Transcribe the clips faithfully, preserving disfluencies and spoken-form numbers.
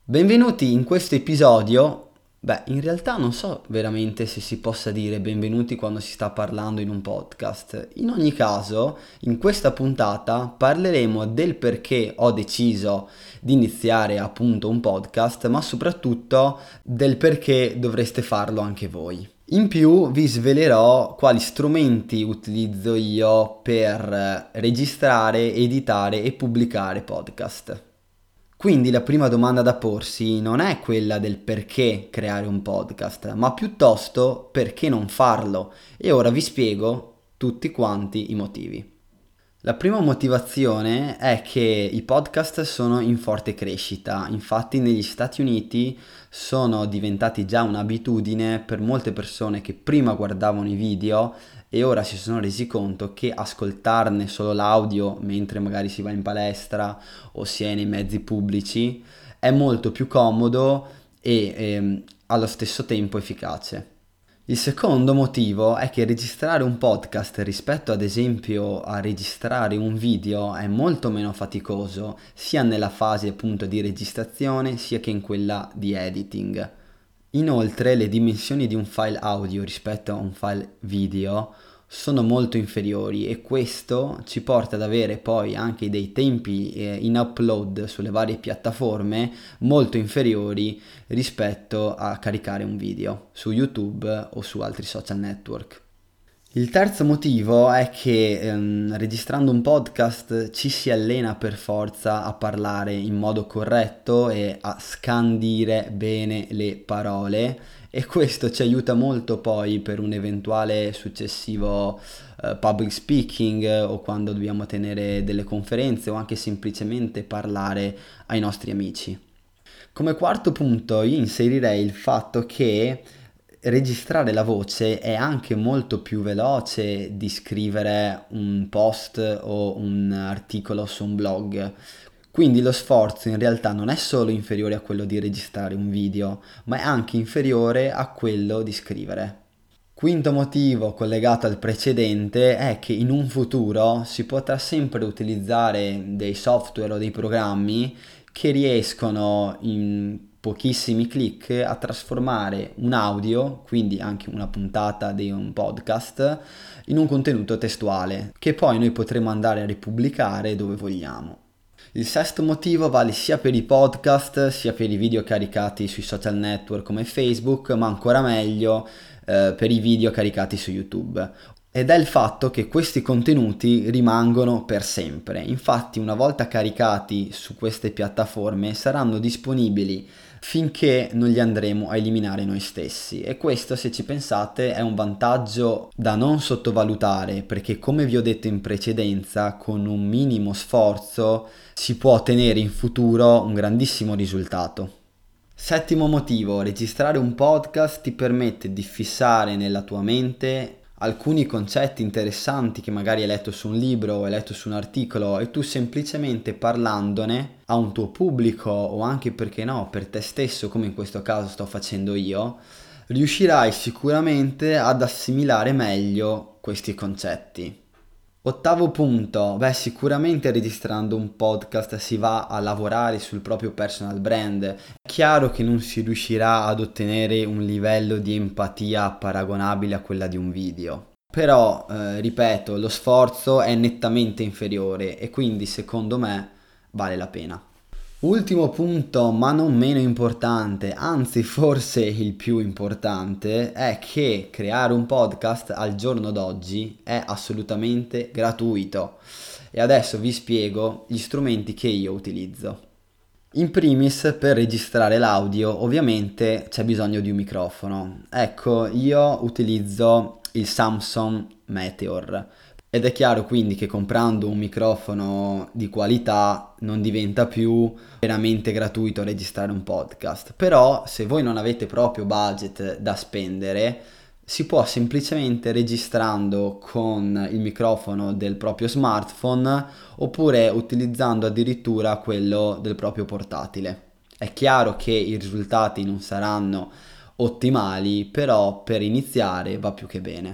Benvenuti in questo episodio. Beh, in realtà non so veramente se si possa dire benvenuti quando si sta parlando in un podcast. In ogni caso, in questa puntata parleremo del perché ho deciso di iniziare appunto un podcast, ma soprattutto del perché dovreste farlo anche voi. In più vi svelerò quali strumenti utilizzo io per registrare, editare e pubblicare podcast. Quindi la prima domanda da porsi non è quella del perché creare un podcast, ma piuttosto perché non farlo. E ora vi spiego tutti quanti i motivi. La prima motivazione è che i podcast sono in forte crescita, infatti negli Stati Uniti sono diventati già un'abitudine per molte persone che prima guardavano i video e ora si sono resi conto che ascoltarne solo l'audio mentre magari si va in palestra o si è nei mezzi pubblici è molto più comodo e ehm, allo stesso tempo efficace. Il secondo motivo è che registrare un podcast rispetto ad esempio a registrare un video è molto meno faticoso, sia nella fase appunto di registrazione sia che in quella di editing. Inoltre le dimensioni di un file audio rispetto a un file video sono molto inferiori e questo ci porta ad avere poi anche dei tempi eh, in upload sulle varie piattaforme molto inferiori rispetto a caricare un video su YouTube o su altri social network. Il terzo motivo è che ehm, registrando un podcast ci si allena per forza a parlare in modo corretto e a scandire bene le parole e questo ci aiuta molto poi per un eventuale successivo eh, public speaking o quando dobbiamo tenere delle conferenze o anche semplicemente parlare ai nostri amici. Come quarto punto io inserirei il fatto che registrare la voce è anche molto più veloce di scrivere un post o un articolo su un blog. Quindi lo sforzo in realtà non è solo inferiore a quello di registrare un video, ma è anche inferiore a quello di scrivere. Quinto motivo collegato al precedente è che in un futuro si potrà sempre utilizzare dei software o dei programmi che riescono in pochissimi click a trasformare un audio, quindi anche una puntata di un podcast, in un contenuto testuale che poi noi potremo andare a ripubblicare dove vogliamo. Il sesto motivo vale sia per i podcast sia per i video caricati sui social network come Facebook, ma ancora meglio eh, per i video caricati su YouTube. Ed è il fatto che questi contenuti rimangono per sempre. Infatti, una volta caricati su queste piattaforme, saranno disponibili finché non li andremo a eliminare noi stessi. E questo, se ci pensate, è un vantaggio da non sottovalutare, perché come vi ho detto in precedenza, con un minimo sforzo si può ottenere in futuro un grandissimo risultato. Settimo motivo, registrare un podcast ti permette di fissare nella tua mente alcuni concetti interessanti che magari hai letto su un libro o hai letto su un articolo e tu semplicemente parlandone a un tuo pubblico o anche perché no per te stesso, come in questo caso sto facendo io, riuscirai sicuramente ad assimilare meglio questi concetti. Ottavo punto, beh sicuramente registrando un podcast si va a lavorare sul proprio personal brand. È chiaro che non si riuscirà ad ottenere un livello di empatia paragonabile a quella di un video. Però, eh, ripeto, lo sforzo è nettamente inferiore e quindi secondo me vale la pena. Ultimo punto, ma non meno importante, anzi forse il più importante, è che creare un podcast al giorno d'oggi è assolutamente gratuito. E adesso vi spiego gli strumenti che io utilizzo. In primis, per registrare l'audio, ovviamente c'è bisogno di un microfono. Ecco, io utilizzo il Samsung Meteor. Ed è chiaro quindi che comprando un microfono di qualità non diventa più veramente gratuito registrare un podcast. Però se voi non avete proprio budget da spendere, si può semplicemente registrando con il microfono del proprio smartphone oppure utilizzando addirittura quello del proprio portatile. È chiaro che i risultati non saranno ottimali, però per iniziare va più che bene.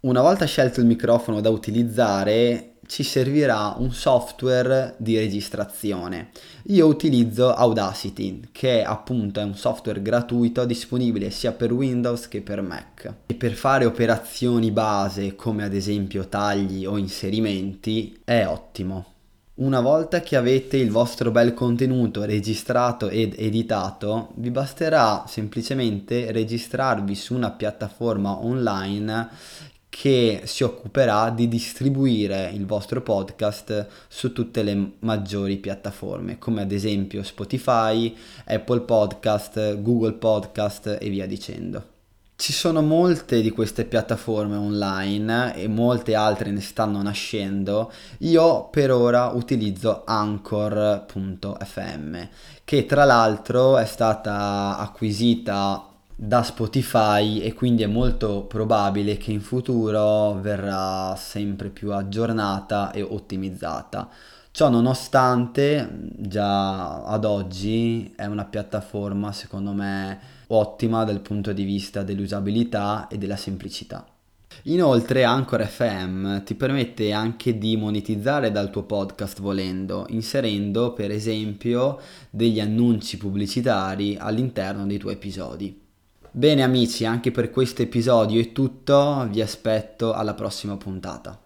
Una volta scelto il microfono da utilizzare, ci servirà un software di registrazione. Io utilizzo Audacity, che appunto è un software gratuito disponibile sia per Windows che per Mac. E per fare operazioni base come ad esempio tagli o inserimenti è ottimo. Una volta che avete il vostro bel contenuto registrato ed editato, vi basterà semplicemente registrarvi su una piattaforma online che si occuperà di distribuire il vostro podcast su tutte le maggiori piattaforme, come ad esempio Spotify, Apple Podcast, Google Podcast e via dicendo. Ci sono molte di queste piattaforme online e molte altre ne stanno nascendo. Io per ora utilizzo Anchor punto effe emme, che tra l'altro è stata acquisita da Spotify e quindi è molto probabile che in futuro verrà sempre più aggiornata e ottimizzata. Ciò nonostante, già ad oggi è una piattaforma secondo me ottima dal punto di vista dell'usabilità e della semplicità. Inoltre Anchor effe emme ti permette anche di monetizzare dal tuo podcast volendo, inserendo per esempio degli annunci pubblicitari all'interno dei tuoi episodi. Bene amici, anche per questo episodio è tutto, vi aspetto alla prossima puntata.